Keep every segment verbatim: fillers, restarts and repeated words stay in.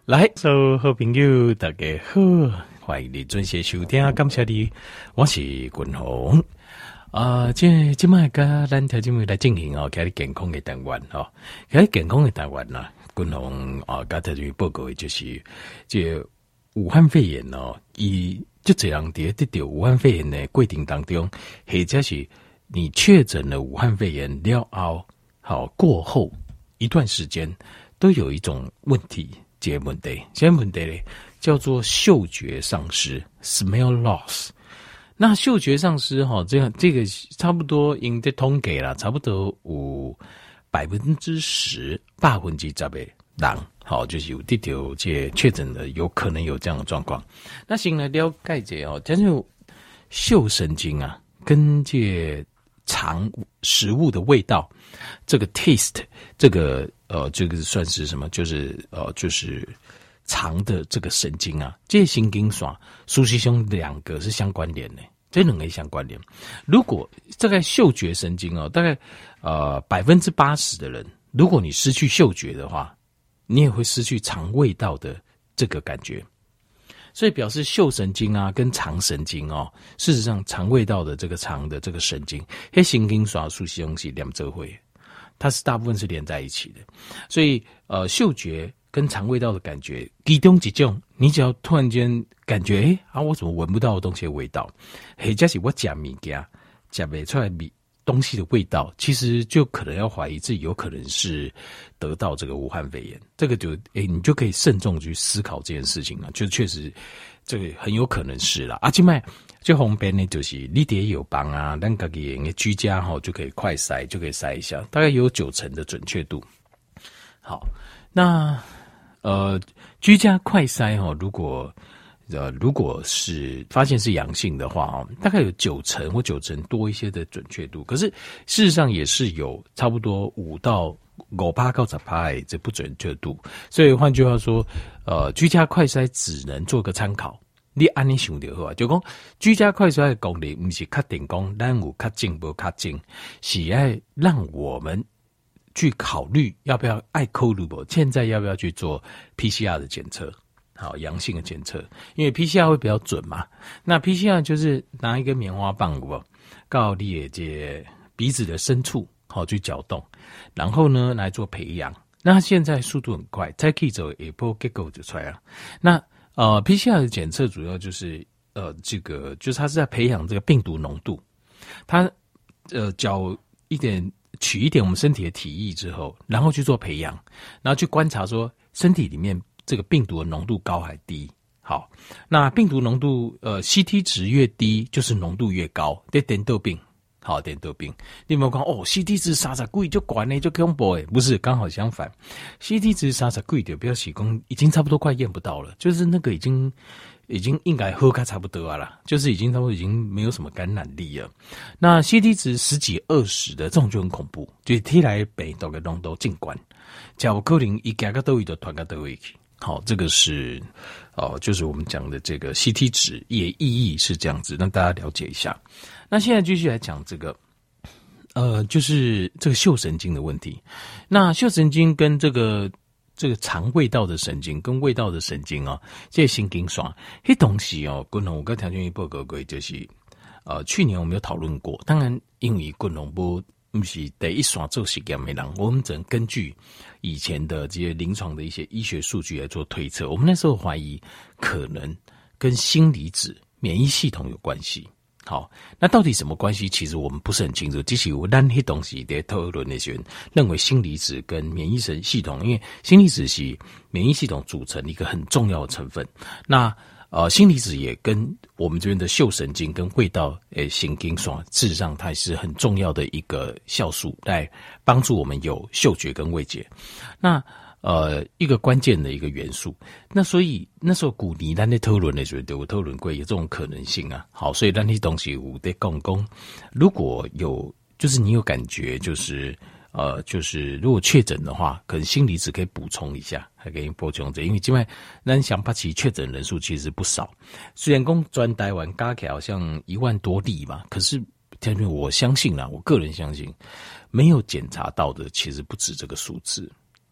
来，所有好朋友大家好，欢迎你准时收听，感谢你，我是君鸿。啊，这这摆甲咱条节目来进行哦，开始健康的单元哦，开始健康的单元啦。君鸿啊，甲条节目报告的就是这武汉肺炎哦，以就这样伫得到武汉肺炎的过程当中，或者是你确诊了武汉肺炎了后，好过后一段时间，都有一种问题。这个问题，这个问题呢叫做嗅觉丧失 （smell loss）。那嗅觉丧失哈，这样这个差不多应该统计啦，差不多有百分之十、百分之十的人，好就是有得到这确诊的，有可能有这样的状况。那先来了解一下哦，但是嗅神经啊，跟这尝食物的味道，这个 taste， 这个。呃，这个算是什么？就是呃，就是肠的这个神经啊，这神经线、苏西兄两个是相关联的，这两个相关联。如果这个嗅觉神经哦，大概呃百分之八十的人，如果你失去嗅觉的话，你也会失去尝味道的这个感觉。所以表示嗅神经啊，跟肠神经哦，事实上尝味道的这个肠的这个神经，那神经线、苏西兄是两者会。它是大部分是连在一起的，所以呃，嗅觉跟尝味道的感觉，其中一种，你只要突然间感觉，诶啊，我怎么闻不到东西的味道？或者是我吃物件吃不出来米东西的味道，其实就可能要怀疑自己有可能是得到这个武汉肺炎。这个就诶，你就可以慎重去思考这件事情了，就确实这个很有可能是啦。啊，现在最方便呢，就是你得有帮啊，咱自己的居家哈就可以快筛，就可以筛一下，大概有九成的准确度。好，那呃，居家快筛哈，如果呃如果是发现是阳性的话哦，大概有九成或九成多一些的准确度。可是事实上也是有差不多五到五趴到十趴这不准确度。所以换句话说，呃，居家快筛只能做个参考。你安尼想就好啊，就讲居家快筛的功能，不是确定讲咱有确诊无确诊，是要让我们去考虑要不要爱考虑不，现在要不要去做 P C R 的检测，好阳性的检测，因为 P C R 会比较准嘛。那 P C R 就是拿一根棉花棒不，到你的这鼻子的深处，好去搅动，然后呢来做培养。那现在速度很快，再可以走一波结果就出来了。那呃 ，P C R 的检测主要就是呃，这个就是它是在培养这个病毒浓度，它呃搅一点取一点我们身体的体液之后，然后去做培养，然后去观察说身体里面这个病毒的浓度高还低。好，那病毒浓度呃 C T 值越低，就是浓度越高，这点豆病。好，点豆病，你有没有讲哦 ？C T 值三十几就管呢，就恐怖诶，不是，刚好相反 ，C T 值三十几就表示讲已经差不多快验不到了，就是那个已经已经应该喝开差不多啊啦，就是已经差不多已经没有什么感染力了。那 C T 值十几二十的这种就很恐怖，就是体内病毒的浓度进关，假如可能一家个都一的团个都会去。好，这个是哦，就是我们讲的这个 C T 值也意义是这样子，让大家了解一下。那现在继续来讲这个，呃，就是这个嗅神经的问题。那嗅神经跟这个这个尝味道的神经跟味道的神经哦，这些神经线，这东西哦，滚龙我跟谭俊义报告过，就是呃，去年我们有讨论过。当然，因为滚龙不不是第一线做实验的人，我们只能根据以前的这些临床的一些医学数据来做推测。我们那时候怀疑可能跟锌离子、免疫系统有关系。好，那到底什么关系？其实我们不是很清楚。即使有咱迄东西在讨论的时候，认为锌离子跟免疫神系统，因为锌离子是免疫系统组成一个很重要的成分。那呃，锌离子也跟我们这边的嗅神经跟味道诶神经线，事实上它是很重要的一个酵素，来帮助我们有嗅觉跟味觉。那呃，一个关键的一个元素。那所以那时候古尼咱在讨论的时候，有讨论过有这种可能性啊。好，所以咱那东西有在讲讲，如果有就是你有感觉，就是呃，就是如果确诊的话，可能锌离子可以补充一下，还可以补充这，因为因为咱想把其确诊人数其实不少，虽然讲全台湾加起来好像一万多例吧，可是因为我相信啦，我个人相信，没有检查到的其实不止这个数字。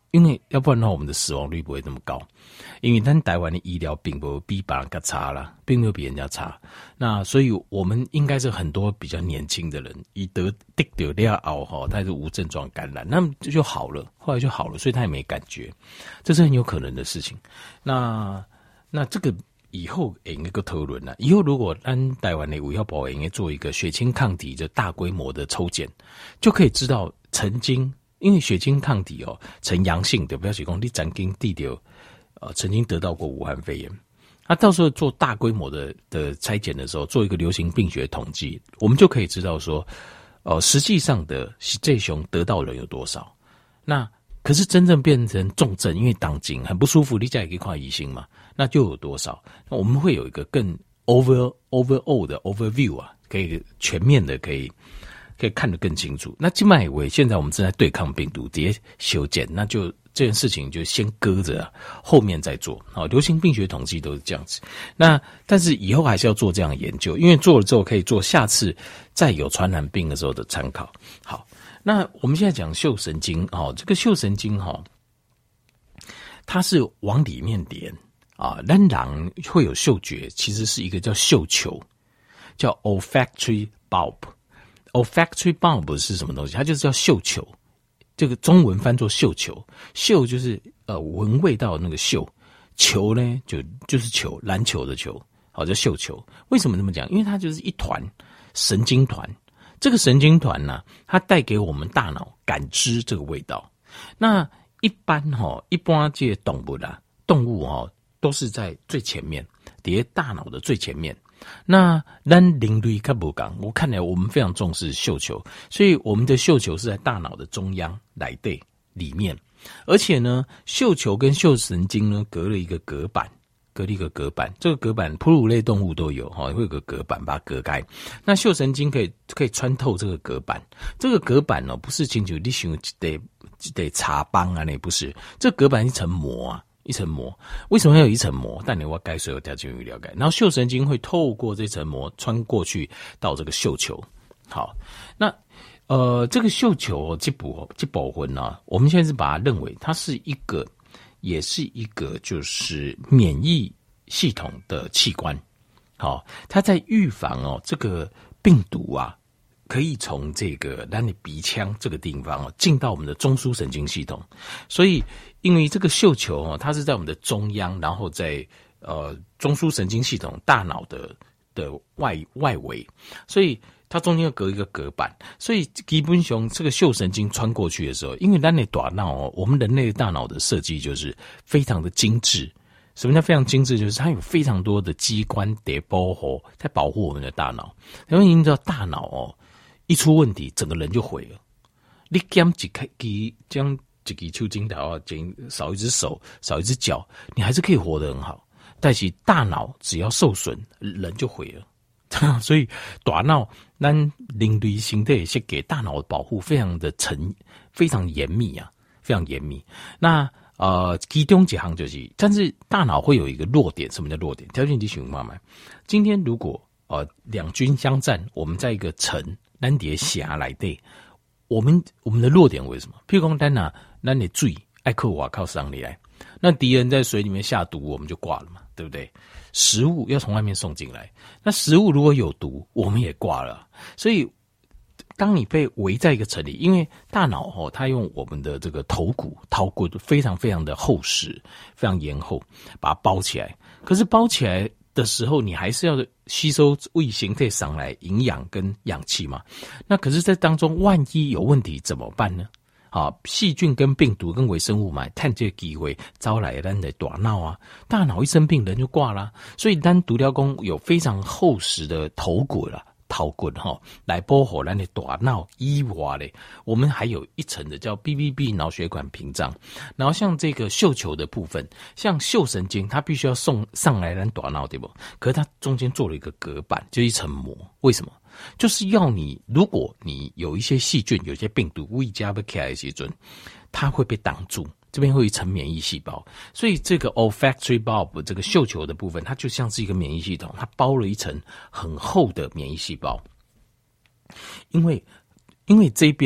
因为要不然的话，我们的死亡率不会那么高。因为咱台湾的医疗并不比别人差啦，并没有比人家差。那所以我们应该是很多比较年轻的人，以得得得了后哈，他是无症状感染，那么就好了，后来就好了，所以他也没感觉，这是很有可能的事情。那那这个以后也应该个讨论了。以后如果咱台湾的卫生部应该做一个血清抗体的大规模的抽检，就可以知道曾经。因为血清抗体哦呈阳性的，表示说你曾经得到呃曾经得到过武汉肺炎，那到时候做大规模的的筛检的时候，做一个流行病学统计，我们就可以知道说，呃实际上的这熊得到人有多少。那可是真正变成重症，因为当今很不舒服，你再也可以看医生嘛，那就有多少？那我们会有一个更 over overall 的 overview 啊，可以全面的可以。可以看得更清楚。那今麦以为现在我们正在对抗病毒，直接修剪，那就这件事情就先搁着、啊，后面再做。好，流行病学统计都是这样子。那但是以后还是要做这样的研究，因为做了之后可以做下次再有传染病的时候的参考。好，那我们现在讲嗅神经，哦，这个嗅神经哈、哦，它是往里面连啊，人狼会有嗅觉，其实是一个叫嗅球，叫 olfactory bulb。olfactory bulb 是什么东西？它就是叫嗅球，这个中文翻作嗅球。嗅就是呃闻味道的那个嗅，球呢就就是球，篮球的球，好叫嗅球。为什么这么讲？因为它就是一团神经团。这个神经团呢、啊，它带给我们大脑感知这个味道。那一般哈、哦，一般这些动物啦，动物哈、哦、都是在最前面，叠大脑的最前面。那咱人类较不讲，我看来我们非常重视嗅球，所以我们的嗅球是在大脑的中央来对里面，而且呢，嗅球跟嗅神经呢隔了一个隔板，隔了一个隔板。这个隔板哺乳类动物都有哈，会有个隔板把它隔开。那嗅神经可以可以穿透这个隔板，这个隔板呢、哦、不是清楚你想得得插帮啊，那不是，这个隔板一层膜啊。一层膜，为什么要有一层膜？但你我该所有条件预了解。然后嗅神经会透过这层膜穿过去到这个嗅球。好，那呃，这个嗅球这部这部分呢，我们现在是把它认为它是一个，也是一个就是免疫系统的器官。好，它在预防哦这个病毒啊。可以从这个让你鼻腔这个地方哦进到我们的中枢神经系统，所以因为这个嗅球哦，它是在我们的中央，然后在呃中枢神经系统大脑的的外外围，所以它中间要隔一个隔板，所以基本上这个嗅神经穿过去的时候，因为人类大脑哦，我们人类的大脑的设计就是非常的精致。什么叫非常精致？就是它有非常多的机关得保护，在保护我们的大脑。因为你知道大脑哦。一出问题，整个人就毁了。你减几开几将几个抽筋头啊，减少一只手，少一只脚，你还是可以活得很好。但是大脑只要受损，人就毁了。所以大脑咱人类形态是给大脑的保护非常的沉，非常严密啊，非常严密。那呃，其中几行就是，但是大脑会有一个弱点，什么叫弱点？条件你想慢慢。今天如果呃两军相战，我们在一个城。咱伫峡内底，我们我们的弱点为什么？譬如讲，咱拿咱的水爱靠瓦靠上里来，那敌人在水里面下毒，我们就挂了嘛，对不对？食物要从外面送进来，那食物如果有毒，我们也挂了。所以，当你被围在一个城里，因为大脑哦，它用我们的这个头骨、头骨非常非常的厚实，非常严厚，把它包起来。可是包起来的时候，你还是要吸收胃形态上来营养跟氧气嘛。那可是在当中万一有问题怎么办呢？啊，细菌跟病毒跟微生物嘛，趁这个机会招来咱的大脑啊，大脑一生病人就挂啦。所以咱毒疗工有非常厚实的头骨啦。头骨哈来保护咱的大脑以外嘞，我们还有一层的叫 B B B 脑血管屏障。然后像这个嗅球的部分，像嗅神经，它必须要送上来咱大脑，对不？可是它中间做了一个隔板，就一层膜。为什么？就是要你，如果你有一些细菌、有些病毒胃加不起来的时阵，它会被挡住。这边会有一层免疫细胞，所以这个 olfactory bulb 这个嗅球的部分，它就像是一个免疫系统，它包了一层很厚的免疫细胞。因为因为这边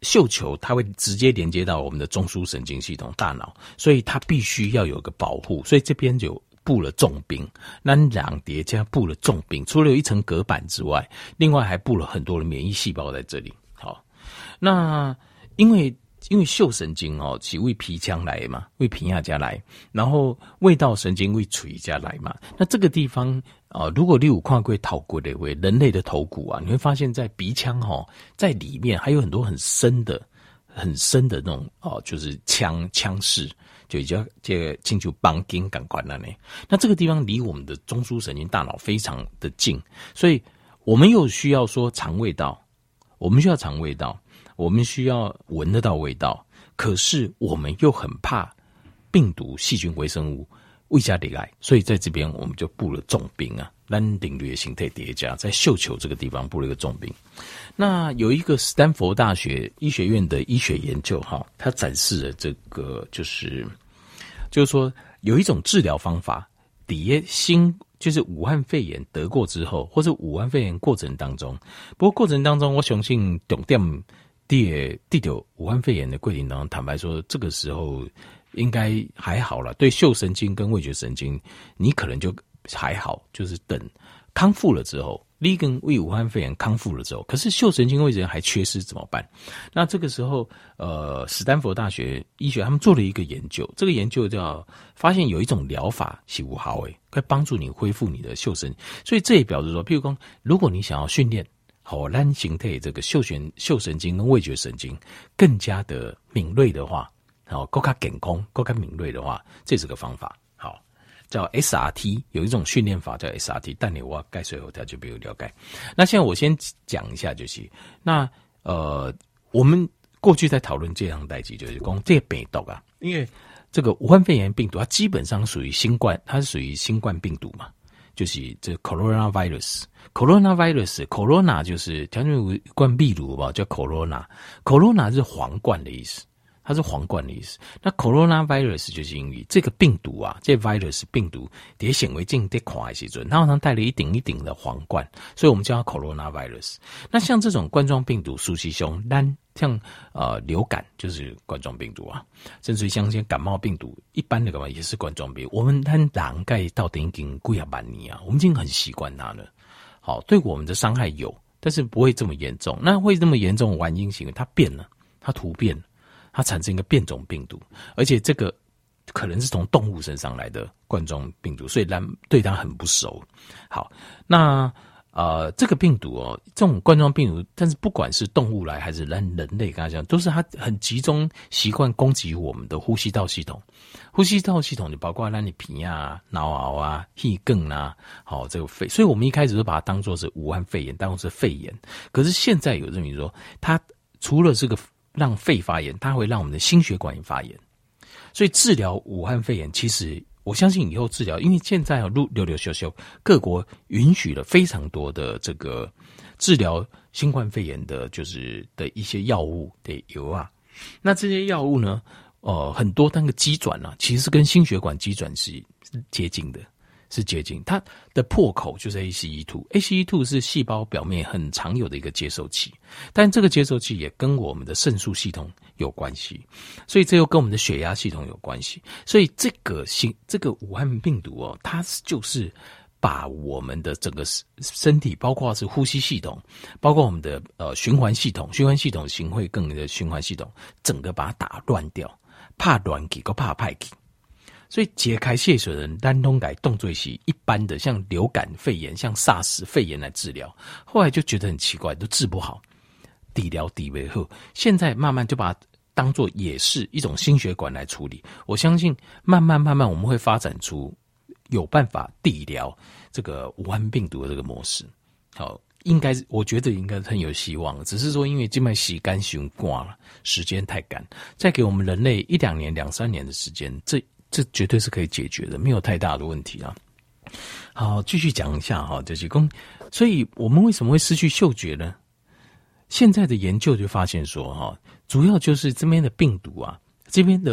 嗅球它会直接连接到我们的中枢神经系统大脑，所以它必须要有个保护，所以这边就布了重兵，那两叠加布了重兵，除了有一层隔板之外，另外还布了很多的免疫细胞在这里。好，那因为因为嗅神经哦是为皮腔来嘛，为皮亚家来，然后味道神经为嘴家来嘛，那这个地方啊、呃，如果你有看过头骨的为人类的头骨啊，你会发现在鼻腔哦，在里面还有很多很深的、很深的那种哦，就是腔腔室，就比较这个进去绑筋感官了呢。那这个地方离我们的中枢神经大脑非常的近，所以我们又需要说尝味道，我们需要尝味道。我们需要闻得到味道，可是我们又很怕病毒、细菌、微生物未加里来，所以在这边我们就布了重兵啊，咱领略形态叠加，在嗅球这个地方布了一个重兵。那有一个斯坦福大学医学院的医学研究哈，它展示了这个就是就是说有一种治疗方法，底下新就是武汉肺炎得过之后，或者武汉肺炎过程当中，不过过程当中我相信重点。第第九武汉肺炎的过程当中，坦白说，这个时候应该还好了。对嗅神经跟味觉神经，你可能就还好，就是等康复了之后，你跟为武汉肺炎康复了之后，可是嗅神经味觉还缺失怎么办？那这个时候，呃，史丹佛大学医学他们做了一个研究，这个研究叫发现有一种疗法是无效的，可以帮助你恢复你的嗅神，所以这也表示说，譬如说，如果你想要训练。好，让形态这个嗅神嗅神经跟味觉神经更加的敏锐的话，好，更加健康、更加敏锐的话，这是个方法。好，叫 S R T， 有一种训练法叫 S R T， 但你我盖水后台就没有了解。那现在我先讲一下，就是那呃，我们过去在讨论这样代际，就是讲这个病毒啊，因为这个武汉肺炎病毒，它基本上属于新冠，它是属于新冠病毒嘛。就是这 coronavirus，coronavirus，corona 就是讲究冠病毒吧，叫 corona，corona 是皇冠的意思，它是皇冠的意思。那 coronavirus 就是因为这个病毒啊，这 virus 病毒在显微镜在看的时候，它好像带了一顶一顶的皇冠，所以我们叫它 coronavirus。那像这种冠状病毒，熟悉胸单。像呃流感就是冠状病毒啊，甚至像一些感冒病毒，一般的感冒也是冠状病毒。我们它大概到底已经几啊万年啊，我们已经很习惯它了。好，对我们的伤害有，但是不会这么严重。那会这么严重的原因是因为它变了，它突变了，它产生一个变种病毒，而且这个可能是从动物身上来的冠状病毒，所以咱对它很不熟。好，那。呃，这个病毒哦，这种冠状病毒，但是不管是动物来还是人人类，跟他讲，都是它很集中习惯攻击我们的呼吸道系统。呼吸道系统就包括让你皮啊、脑熬啊、气更啊，好、哦、这个肺，所以我们一开始都把它当作是武汉肺炎，当作是肺炎。可是现在有认为说，它除了这个让肺发炎，它会让我们的心血管也发炎。所以治疗武汉肺炎其实。我相信以后治疗，因为现在啊，路溜溜修修，各国允许了非常多的这个治疗新冠肺炎的，就是的一些药物的油啊。那这些药物呢，呃，很多那个机转啊，其实是跟心血管机转是接近的，是接近。它的破口就是 A C E 二 ，A C E 二是细胞表面很常有的一个接受器，但这个接受器也跟我们的肾素系统有关系，所以这又跟我们的血压系统有关系。所以这个新这个武汉病毒哦，它就是把我们的整个身体，包括是呼吸系统，包括我们的呃循环系统，循环系统行会更的循环系统，整个把它打乱掉，怕乱起，够怕派起。所以解开泄水的人单通改动作是一般的，像流感肺炎、像 SARS 肺炎来治疗，后来就觉得很奇怪，都治不好。底疗底为后，现在慢慢就把它当作也是一种心血管来处理。我相信慢慢慢慢我们会发展出有办法底疗这个武汉病毒的这个模式。好，应该我觉得应该很有希望，只是说因为这么洗干净挂了，时间太赶，再给我们人类一两年、两三年的时间，这这绝对是可以解决的，没有太大的问题啊。好，继续讲一下哈，就是说，所以我们为什么会失去嗅觉呢？现在的研究就发现说，哈，主要就是这边的病毒啊，这边的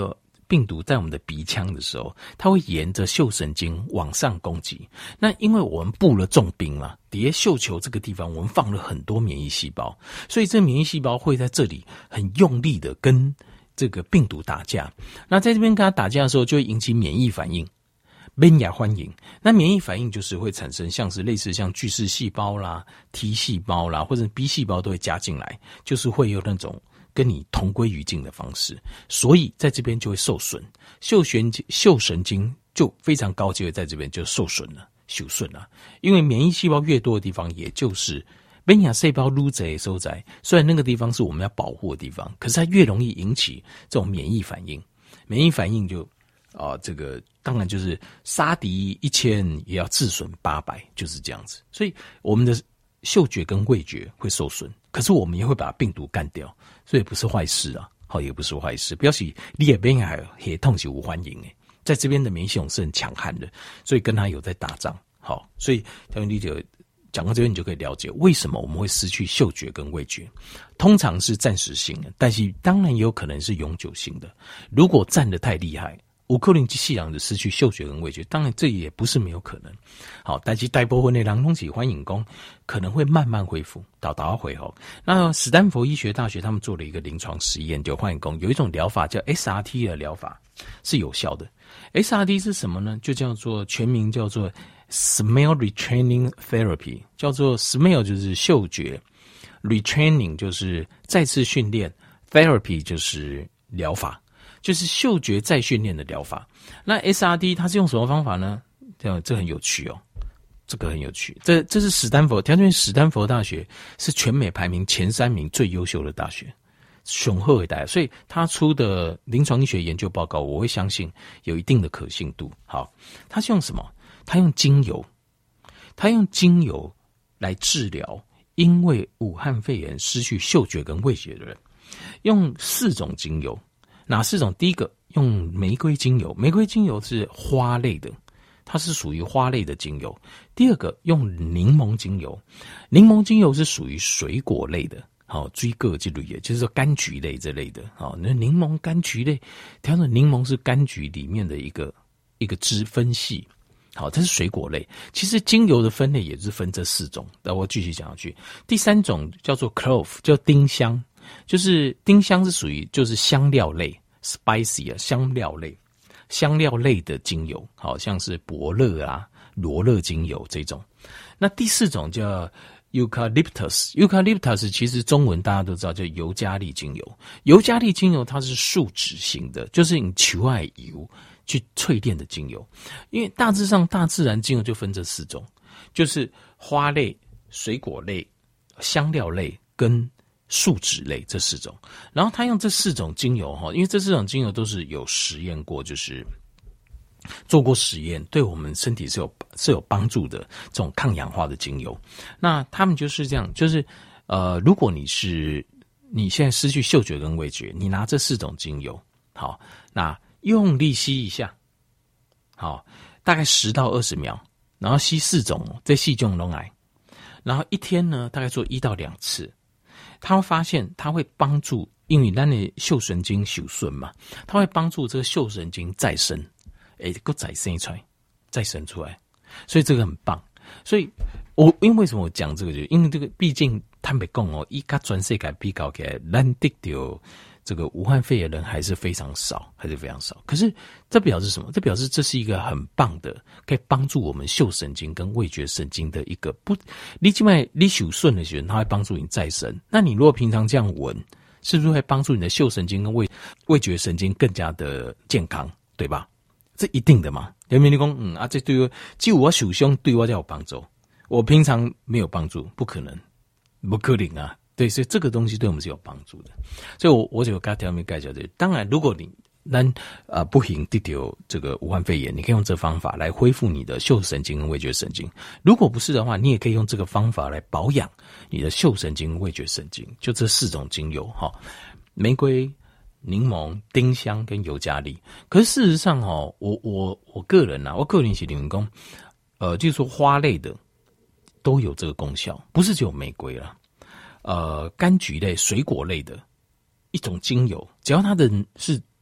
病毒在我们的鼻腔的时候，它会沿着嗅神经往上攻击。那因为我们布了重兵嘛，底下嗅球这个地方我们放了很多免疫细胞，所以这免疫细胞会在这里很用力的跟这个病毒打架。那在这边跟它打架的时候，就会引起免疫反应。免疫反应，那免疫反应就是会产生像是类似像巨噬细胞啦、T 细胞啦，或者 B 细胞都会加进来，就是会有那种跟你同归于尽的方式，所以在这边就会受损，嗅神经嗅神经就非常高机会在这边就受损了、受损了，因为免疫细胞越多的地方，也就是免疫细胞撸贼收窄，虽然那个地方是我们要保护的地方，可是它越容易引起这种免疫反应，免疫反应就啊、呃，这个当然就是杀敌一千也要自损八百，就是这样子，所以我们的嗅觉跟味觉会受损，可是我们也会把病毒干掉，所以不是坏事啊，好，也不是坏事。表示你也边还血痛是无欢迎诶，在这边的免疫系统是很强悍的，所以跟他有在打仗。好，所以条件理解讲到这边，你就可以了解为什么我们会失去嗅觉跟味觉，通常是暂时性的，但是当然也有可能是永久性的。如果战得太厉害，有可能细养的失去嗅觉跟味觉，当然这也不是没有可能。好，但是大部分的人都是欢迎讲可能会慢慢恢复，到达恢复。那史丹佛医学大学他们做了一个临床实验，就欢迎讲有一种疗法叫 S R T 的疗法是有效的。S R T 是什么呢？就叫做全名叫做 Smell Retraining Therapy， 叫做 Smell 就是嗅觉 ，Retraining 就是再次训练 ，Therapy 就是疗法。就是嗅觉再训练的疗法。那 S R T 它是用什么方法呢？这这很有趣哦，这个很有趣。这这是史丹佛，条件史丹佛大学是全美排名前三名最优秀的大学，雄厚的大学，所以他出的临床医学研究报告，我会相信有一定的可信度。好，他是用什么？他用精油，他用精油来治疗因为武汉肺炎失去嗅觉跟味觉的人，用四种精油。哪四种？第一个用玫瑰精油，玫瑰精油是花类的，它是属于花类的精油。第二个用柠檬精油，柠檬精油是属于水果类的，好，追个这类的，就是说柑橘类这类的，好，那柠檬柑橘类，调整柠檬是柑橘里面的一个一个支分系，好，这是水果类。其实精油的分类也是分这四种，那我继续讲下去。第三种叫做 clove， 叫丁香。就是丁香是属于就是香料类 spicy 啊，香料类香料类的精油，好像是伯乐啊、罗勒精油这种。那第四种叫 eucalyptus， eucalyptus 其实中文大家都知道叫尤加利精油。尤加利精油它是树脂型的，就是你求爱油去淬炼的精油。因为大致上大自然精油就分这四种，就是花类、水果类、香料类跟树脂类这四种，然后他用这四种精油哈，因为这四种精油都是有实验过，就是做过实验，对我们身体是有是有帮助的这种抗氧化的精油。那他们就是这样，就是呃，如果你是你现在失去嗅觉跟味觉，你拿这四种精油，好，那用力吸一下，好，大概十到二十秒，然后吸四种，这细种拢来，然后一天呢大概做一到两次。他会发现，他会帮助，因为咱的嗅神经受损嘛，他会帮助这个嗅神经再生，诶，够再生出来，再生出来，所以这个很棒。所以我因为为什么我讲这个，就因为这个，毕竟坦白讲哦，以跟全世界比较起来，咱得到这个武汉肺炎人还是非常少，还是非常少。可是这表示什么？这表示这是一个很棒的，可以帮助我们嗅神经跟味觉神经的一个不，你起码你嗅顺的时候，它会帮助你再生。那你如果平常这样闻，是不是会帮助你的嗅神经跟味味觉神经更加的健康，对吧？这一定的嘛。有没有你讲，嗯啊，这对我，只有我受伤对我才有帮助，我平常没有帮助，不可能，不可能啊。对，所以这个东西对我们是有帮助的，所以我我就跟条面介绍这。当然，如果你咱呃不幸得到这个武汉肺炎，你可以用这方法来恢复你的嗅神经跟味觉神经。如果不是的话，你也可以用这个方法来保养你的嗅神经、味觉神经。就这四种精油哈，玫瑰、柠檬、丁香跟尤加利。可是事实上哦，我我我个人啊，我个人是认为讲，呃，就是说花类的都有这个功效，不是只有玫瑰啦。呃，柑橘类、水果类的一种精油，只要它的是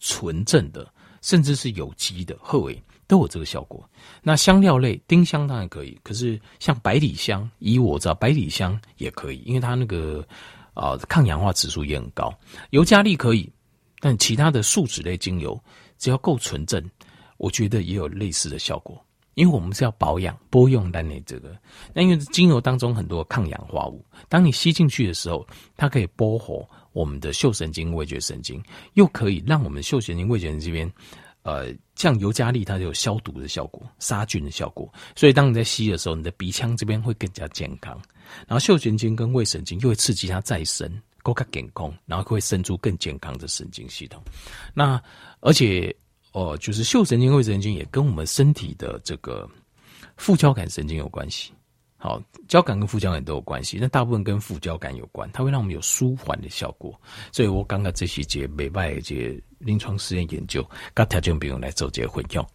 纯正的，甚至是有机的褐尾都有这个效果。那香料类，丁香当然可以，可是像百里香，以我知道百里香也可以，因为它那个呃抗氧化指数也很高。尤加利可以，但其他的树脂类精油只要够纯正，我觉得也有类似的效果。因为我们是要保养拨用单内这个，那因为精油当中很多抗氧化物，当你吸进去的时候，它可以拨活我们的嗅神经、味觉神经，又可以让我们嗅神经、味觉神经这边，呃，像尤加利它就有消毒的效果、杀菌的效果，所以当你在吸的时候，你的鼻腔这边会更加健康，然后嗅神经跟味神经又会刺激它再生，更加健康，然后会生出更健康的神经系统。那而且。哦，就是嗅神经、味神经也跟我们身体的这个副交感神经有关系。好，交感跟副交感都有关系，但大部分跟副交感有关，它会让我们有舒缓的效果。所以我刚刚这些节美拜节临床实验研究，跟条件病人来做这个混用。